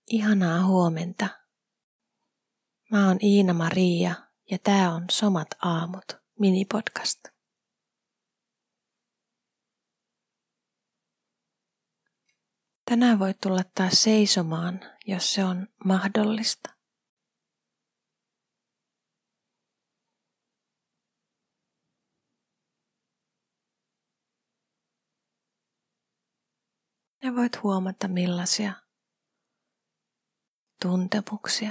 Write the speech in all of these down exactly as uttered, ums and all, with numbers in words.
Ihanaa huomenta. Mä oon Iina-Maria ja tää on Somat aamut minipodcast. Tänään voit tulla taas seisomaan, jos se on mahdollista. Ja voit huomata millaisia tuntemuksia,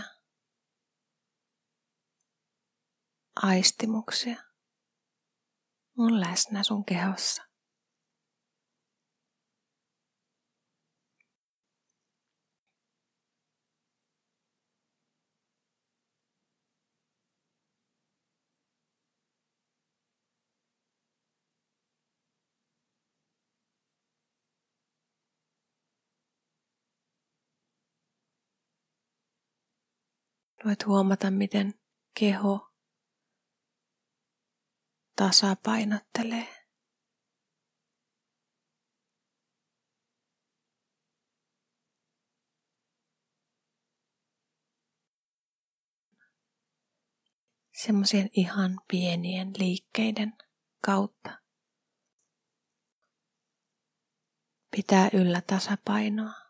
aistimuksia on läsnä sun kehossa. Voit huomata, miten keho tasapainottelee. Semmoisien ihan pienien liikkeiden kautta pitää yllä tasapainoa.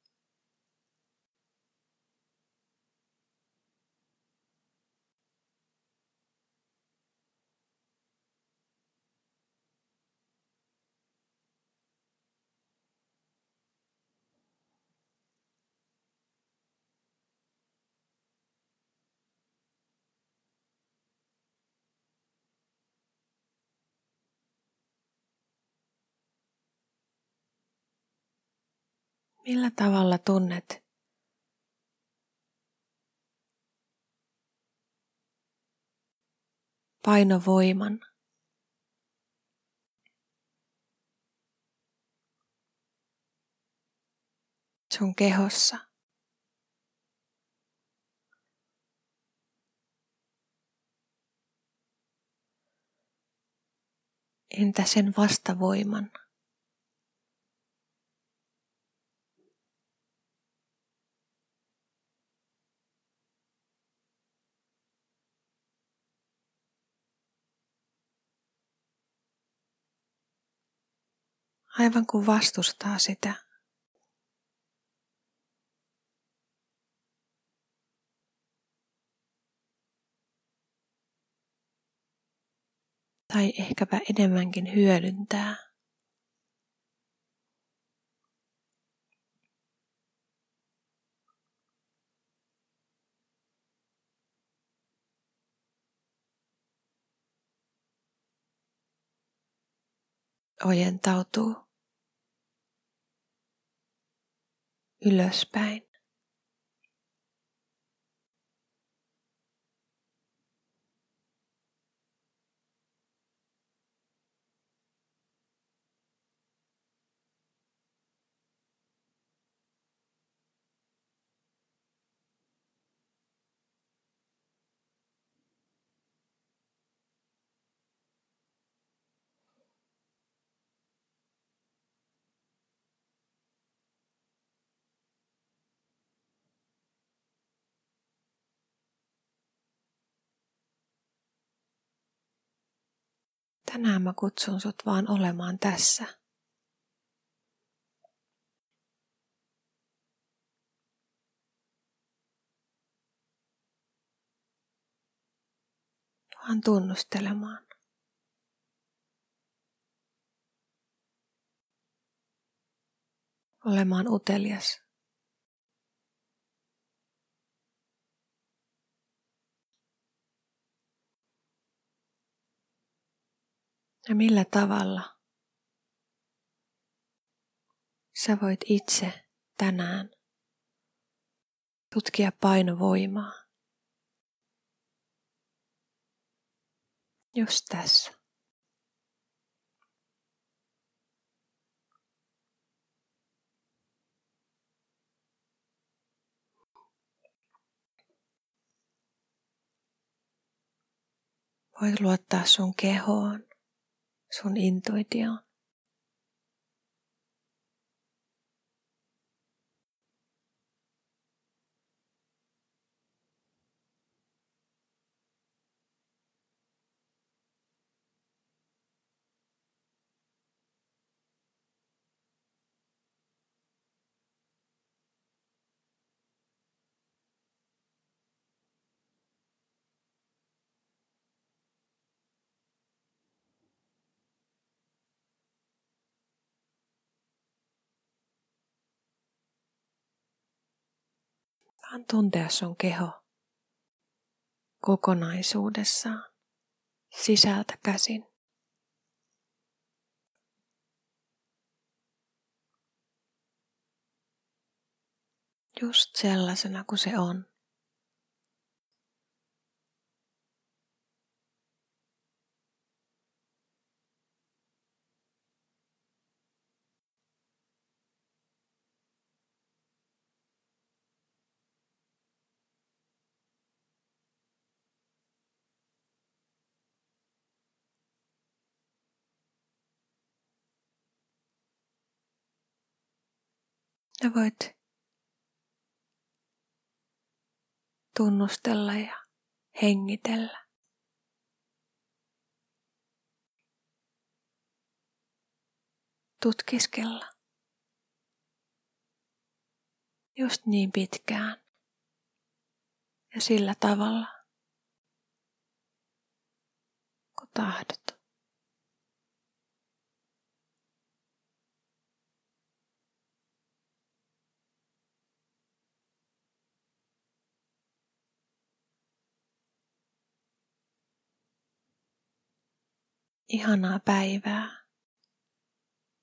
Millä tavalla tunnet painovoiman sun kehossa? Entä sen vastavoiman? Aivan kuin vastustaa sitä. Tai ehkäpä enemmänkin hyödyntää. Ojentautuu ylöspäin. Tänään mä kutsun sut vaan olemaan tässä. Vaan tunnustelemaan. Olemaan utelias. Ja millä tavalla sä voit itse tänään tutkia painovoimaa. Just tässä. Voit luottaa sun kehoon, sun intuitioon. vaan tuntea sun keho kokonaisuudessaan, sisältä käsin. Just sellaisena kuin se on. Ja voit tunnustella ja hengitellä. Tutkiskella. Just niin pitkään ja sillä tavalla, kun tahdot. Ihanaa päivää.